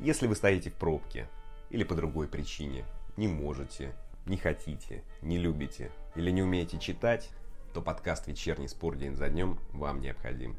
Если вы стоите в пробке или по другой причине, не можете, не хотите, не любите или не умеете читать, то подкаст «Вечерний спор день за днем» вам необходим.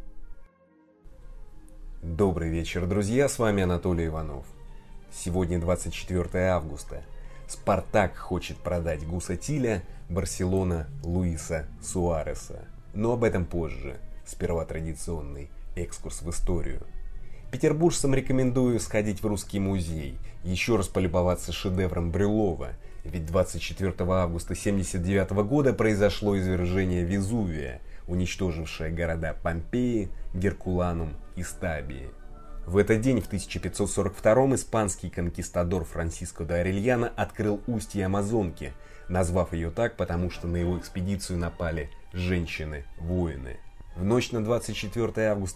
Добрый вечер, друзья, с вами Анатолий Иванов. Сегодня 24 августа. «Спартак» хочет продать Гуса Тиля, Барселона Луиса Суареса. Но об этом позже. Сперва традиционный экскурс в историю. Петербуржцам рекомендую сходить в Русский музей, еще раз полюбоваться шедевром Брюлова, ведь 24 августа 1979 года произошло извержение Везувия, уничтожившее города Помпеи, Геркуланум и Стабии. В этот день, в 1542-м, испанский конкистадор Франсиско де Орельяно открыл устье Амазонки, назвав ее так, потому что на его экспедицию напали женщины-воины. В ночь на 24 августа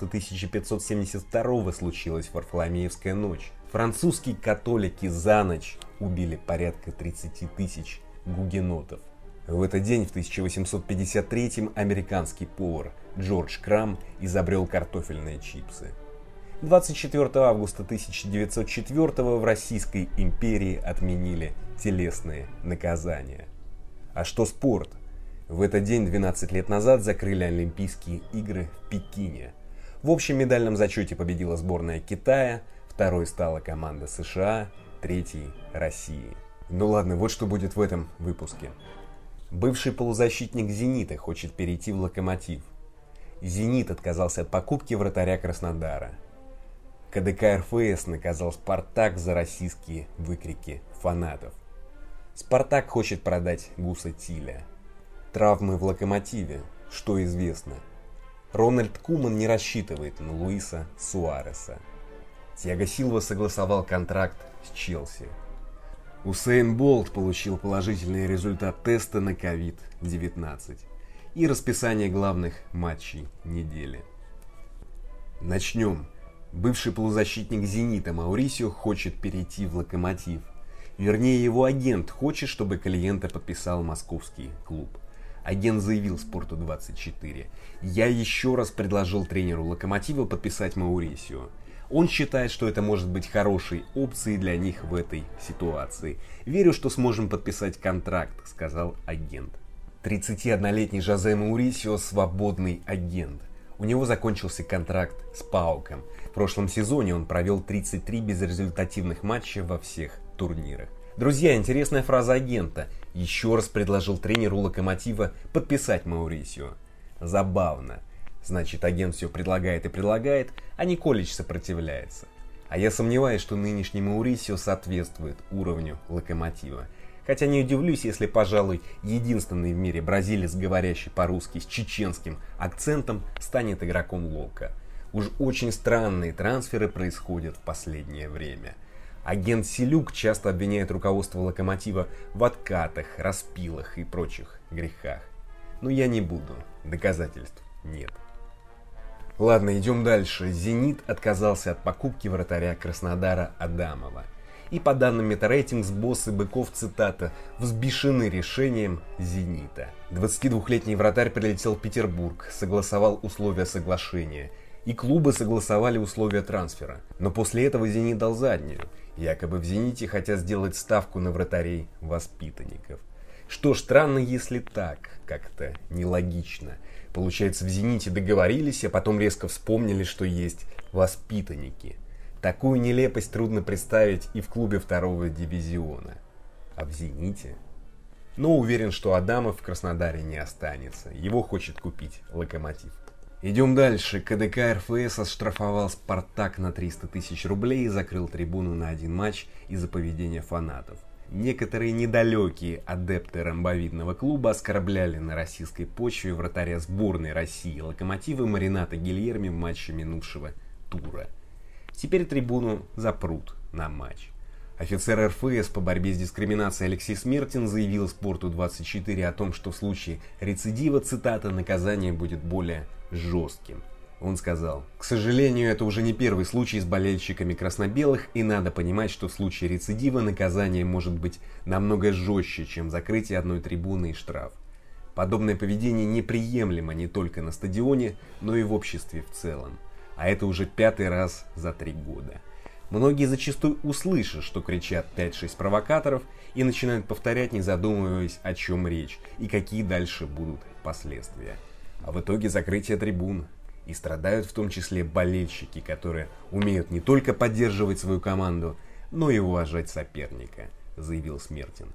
1572 случилась Варфоломеевская ночь. Французские католики за ночь убили порядка 30 тысяч гугенотов. В этот день, в 1853-м, американский повар Джордж Крам изобрел картофельные чипсы. 24 августа 1904 в Российской империи отменили телесные наказания. А что спорт? В этот день 12 лет назад закрыли Олимпийские игры в Пекине. В общем медальном зачете победила сборная Китая, второй стала команда США, третьей – России. Ну ладно, вот что будет в этом выпуске. Бывший полузащитник «Зенита» хочет перейти в «Локомотив». «Зенит» отказался от покупки вратаря Краснодара. КДК РФС наказал «Спартак» за российские выкрики фанатов. «Спартак» хочет продать Гуса Тиля. Травмы в «Локомотиве». Что известно? Рональд Куман не рассчитывает на Луиса Суареса. Тиаго Силва согласовал контракт с Челси. Усейн Болт получил положительный результат теста на COVID-19 и расписание главных матчей недели. Начнем. Бывший полузащитник «Зенита» Маурисио хочет перейти в «Локомотив». Вернее, его агент хочет, чтобы Калиенте подписал московский клуб. Агент заявил Спорту24: «Я еще раз предложил тренеру «Локомотива» подписать Маурисио. Он считает, что это может быть хорошей опцией для них в этой ситуации. Верю, что сможем подписать контракт», — сказал агент. 31-летний Жозе Маурисио — свободный агент. У него закончился контракт с ПАОКом. В прошлом сезоне он провел 33 безрезультативных матча во всех турнирах. Друзья, интересная фраза агента. Еще раз предложил тренеру «Локомотива» подписать Маурисио. Забавно. Значит, агент все предлагает и предлагает, а Николич сопротивляется. А я сомневаюсь, что нынешний Маурисио соответствует уровню «Локомотива». Хотя не удивлюсь, если, пожалуй, единственный в мире бразилец, говорящий по-русски с чеченским акцентом, станет игроком «Лока». Уж очень странные трансферы происходят в последнее время. Агент Селюк часто обвиняет руководство «Локомотива» в откатах, распилах и прочих грехах. Но я не буду, доказательств нет. Ладно, идем дальше. «Зенит» отказался от покупки вратаря Краснодара Адамова. И по данным Метарейтингс, боссы быков, цитата, «взбешены решением «Зенита». 22-летний вратарь прилетел в Петербург, согласовал условия соглашения. И клубы согласовали условия трансфера. Но после этого «Зенит» дал заднюю. Якобы в «Зените» хотят сделать ставку на вратарей-воспитанников. Что ж, странно, если так, как-то нелогично. Получается, в «Зените» договорились, а потом резко вспомнили, что есть воспитанники. Такую нелепость трудно представить и в клубе второго дивизиона. А в «Зените»? Но уверен, что Адамов в Краснодаре не останется. Его хочет купить «Локомотив». Идем дальше. КДК РФС оштрафовал «Спартак» на 300 тысяч рублей и закрыл трибуну на один матч из-за поведения фанатов. Некоторые недалекие адепты ромбовидного клуба оскорбляли на российской почве вратаря сборной России «Локомотива» Марината Гильерми в матче минувшего тура. Теперь трибуну запрут на матч. Офицер РФС по борьбе с дискриминацией Алексей Смертин заявил Спорту24 о том, что в случае рецидива, цитата, наказание будет более жестким. Он сказал: «К сожалению, это уже не первый случай с болельщиками красно-белых, и надо понимать, что в случае рецидива наказание может быть намного жестче, чем закрытие одной трибуны и штраф. Подобное поведение неприемлемо не только на стадионе, но и в обществе в целом. А это уже 5-й раз за 3 года. Многие зачастую услышат, что кричат 5-6 провокаторов и начинают повторять, не задумываясь, о чем речь и какие дальше будут последствия. А в итоге закрытие трибун. И страдают в том числе болельщики, которые умеют не только поддерживать свою команду, но и уважать соперника, заявил Смертин.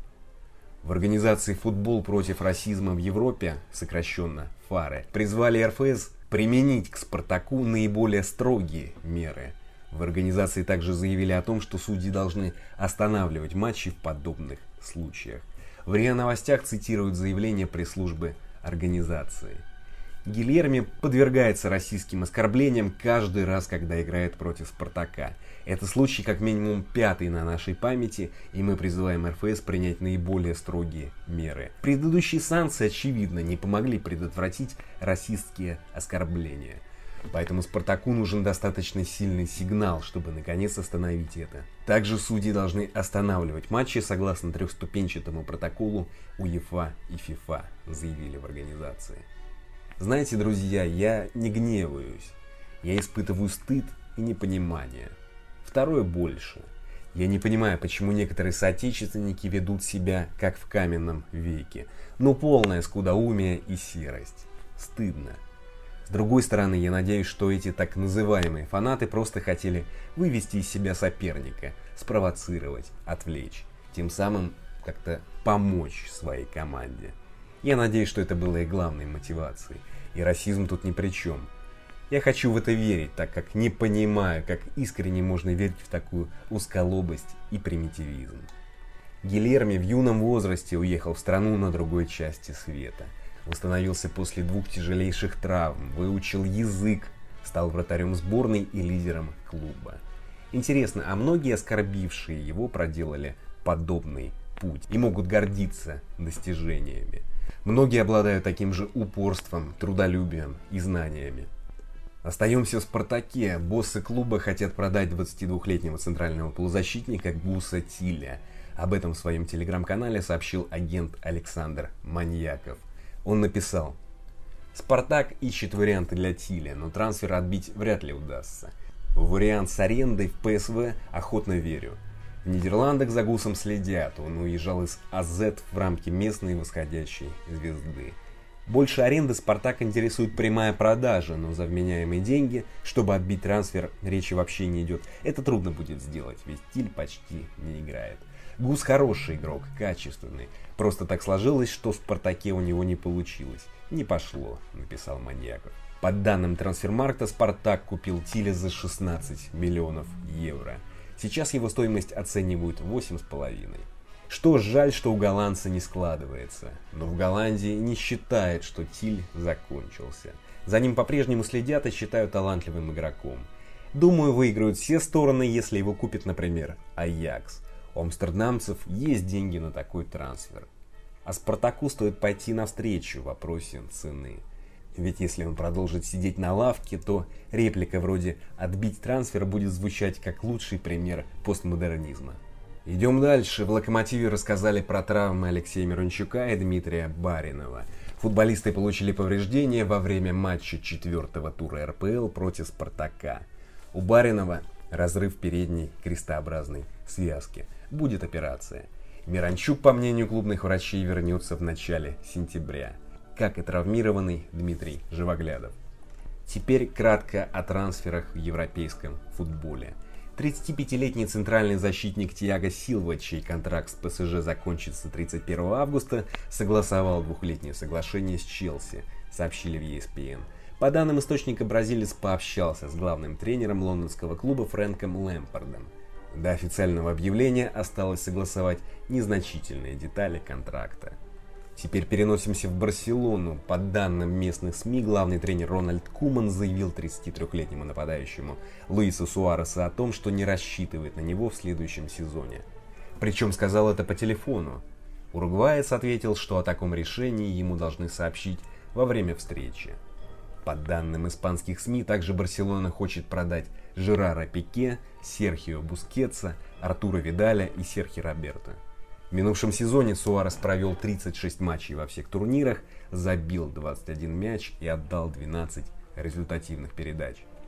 В организации «Футбол против расизма в Европе», сокращенно ФАРЕ, призвали РФС применить к «Спартаку» наиболее строгие меры. В организации также заявили о том, что судьи должны останавливать матчи в подобных случаях. В РИА Новостях цитируют заявление пресс-службы организации. Гильерми подвергается расистским оскорблениям каждый раз, когда играет против «Спартака». Это случай как минимум 5-й на нашей памяти, и мы призываем РФС принять наиболее строгие меры. Предыдущие санкции, очевидно, не помогли предотвратить расистские оскорбления. Поэтому «Спартаку» нужен достаточно сильный сигнал, чтобы наконец остановить это. Также судьи должны останавливать матчи согласно трехступенчатому протоколу УЕФА и ФИФА, заявили в организации. Знаете, друзья, я не гневаюсь. Я испытываю стыд и непонимание. Второе больше. Я не понимаю, почему некоторые соотечественники ведут себя как в каменном веке. Но полное скудоумие и серость. Стыдно. С другой стороны, я надеюсь, что эти так называемые фанаты просто хотели вывести из себя соперника, спровоцировать, отвлечь, тем самым как-то помочь своей команде. Я надеюсь, что это было и главной мотивацией, и расизм тут ни при чем. Я хочу в это верить, так как не понимаю, как искренне можно верить в такую узколобость и примитивизм. Гильерми в юном возрасте уехал в страну на другой части света. Восстановился после 2 тяжелейших травм, выучил язык, стал вратарем сборной и лидером клуба. Интересно, а многие оскорбившие его проделали подобный путь и могут гордиться достижениями? Многие обладают таким же упорством, трудолюбием и знаниями. Остаемся в «Спартаке». Боссы клуба хотят продать 22-летнего центрального полузащитника Гуса Тиля. Об этом в своем телеграм-канале сообщил агент Александр Маньяков. Он написал: «Спартак ищет варианты для Тиля, но трансфер отбить вряд ли удастся. В вариант с арендой в ПСВ охотно верю. В Нидерландах за Гусом следят, он уезжал из АЗ в рамки местной восходящей звезды. Больше аренды Спартак интересует прямая продажа, но за вменяемые деньги, чтобы отбить трансфер, речи вообще не идет. Это трудно будет сделать, ведь Тиль почти не играет. Гус хороший игрок, качественный. Просто так сложилось, что в Спартаке у него не получилось. Не пошло», — написал Маньяков. По данным Трансфермаркта, Спартак купил Тиля за 16 миллионов евро. Сейчас его стоимость оценивают 8,5. Что ж, жаль, что у голландца не складывается. Но в Голландии не считают, что Тиль закончился. За ним по-прежнему следят и считают талантливым игроком. Думаю, выиграют все стороны, если его купит, например, Аякс. У амстердамцев есть деньги на такой трансфер. А Спартаку стоит пойти навстречу в вопросе цены. Ведь если он продолжит сидеть на лавке, то реплика вроде «отбить трансфер» будет звучать как лучший пример постмодернизма. Идем дальше. В «Локомотиве» рассказали про травмы Алексея Мирончука и Дмитрия Баринова. Футболисты получили повреждения во время матча 4-го тура РПЛ против «Спартака». У Баринова разрыв передней крестообразной связки. Будет операция. Мирончук, по мнению клубных врачей, вернется в начале сентября. Как и травмированный Дмитрий Живоглядов. Теперь кратко о трансферах в европейском футболе. 35-летний центральный защитник Тиаго Силва, чей контракт с ПСЖ закончится 31 августа, согласовал 2-летнее соглашение с Челси, сообщили в ESPN. По данным источника, бразилец пообщался с главным тренером лондонского клуба Фрэнком Лэмпардом. До официального объявления осталось согласовать незначительные детали контракта. Теперь переносимся в Барселону. По данным местных СМИ, главный тренер Рональд Куман заявил 33-летнему нападающему Луису Суаресу о том, что не рассчитывает на него в следующем сезоне. Причем сказал это по телефону. Уругваец ответил, что о таком решении ему должны сообщить во время встречи. По данным испанских СМИ, также Барселона хочет продать Жерара Пике, Серхио Бускетса, Артура Видаля и Серхи Роберто. В минувшем сезоне Суарес провел 36 матчей во всех турнирах, забил 21 мяч и отдал 12 результативных передач.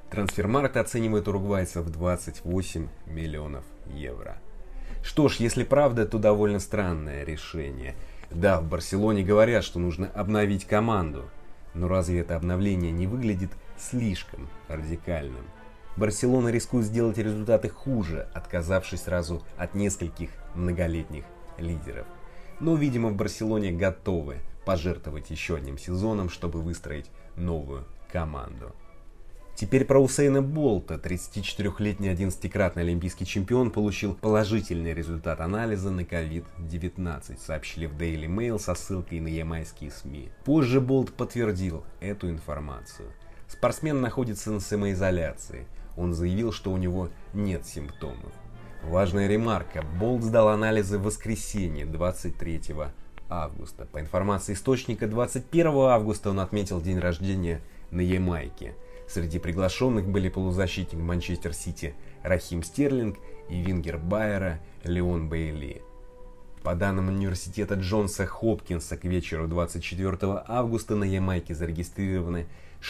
Трансфермаркт оценивает уругвайца в 28 миллионов евро. Что ж, если правда, то довольно странное решение. Да, в Барселоне говорят, что нужно обновить команду. Но разве это обновление не выглядит слишком радикальным? Барселона рискует сделать результаты хуже, отказавшись сразу от нескольких многолетних лидеров. Но, видимо, в Барселоне готовы пожертвовать еще одним сезоном, чтобы выстроить новую команду. Теперь про Усейна Болта. 34-летний 11-кратный олимпийский чемпион получил положительный результат анализа на COVID-19, сообщили в Daily Mail со ссылкой на ямайские СМИ. Позже Болт подтвердил эту информацию. Спортсмен находится на самоизоляции. Он заявил, что у него нет симптомов. Важная ремарка. Болт сдал анализы в воскресенье, 23 августа. По информации источника, 21 августа он отметил день рождения на Ямайке. Среди приглашенных были полузащитник Манчестер Сити Рахим Стерлинг и вингер Байера Леон Бейли. По данным университета Джонса Хопкинса, к вечеру 24 августа на Ямайке зарегистрированы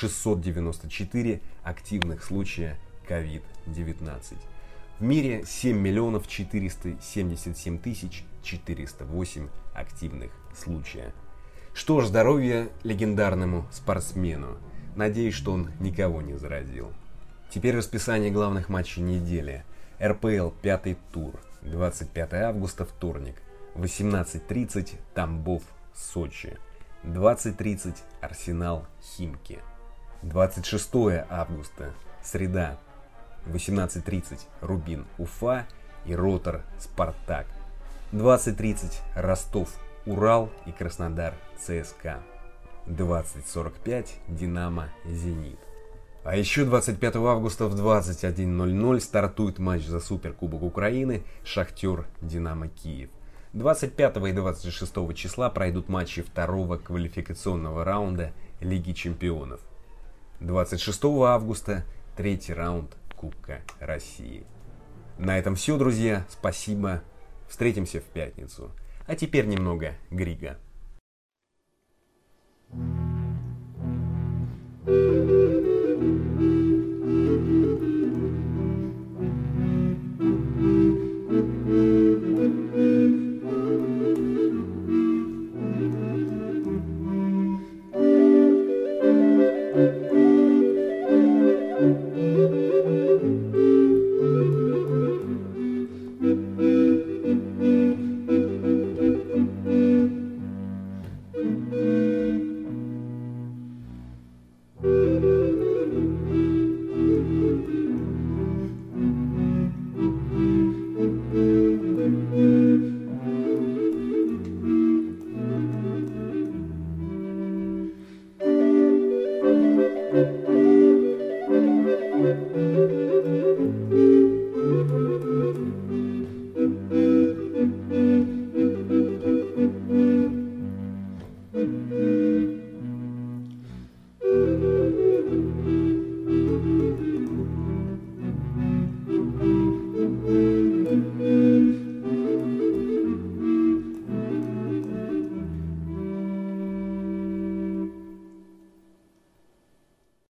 694 активных случая COVID-19. В мире 7 миллионов 477 тысяч 408 активных случаев. Что ж, здоровья легендарному спортсмену. Надеюсь, что он никого не заразил. Теперь расписание главных матчей недели. РПЛ 5-й тур. 25 августа, вторник. 18:30 Тамбов, Сочи. 20:30 Арсенал, Химки. 26 августа, среда. 18:30 Рубин, Уфа и Ротор, Спартак. 20:30 Ростов, Урал и Краснодар, ЦСКА. 20:45 Динамо, Зенит. А еще 25 августа в 21:00 стартует матч за Суперкубок Украины Шахтер, Динамо, Киев. 25 и 26 числа пройдут матчи второго квалификационного раунда Лиги Чемпионов. 26 августа третий раунд Кубка России. На этом все, друзья. Спасибо. Встретимся в пятницу. А теперь немного Грига.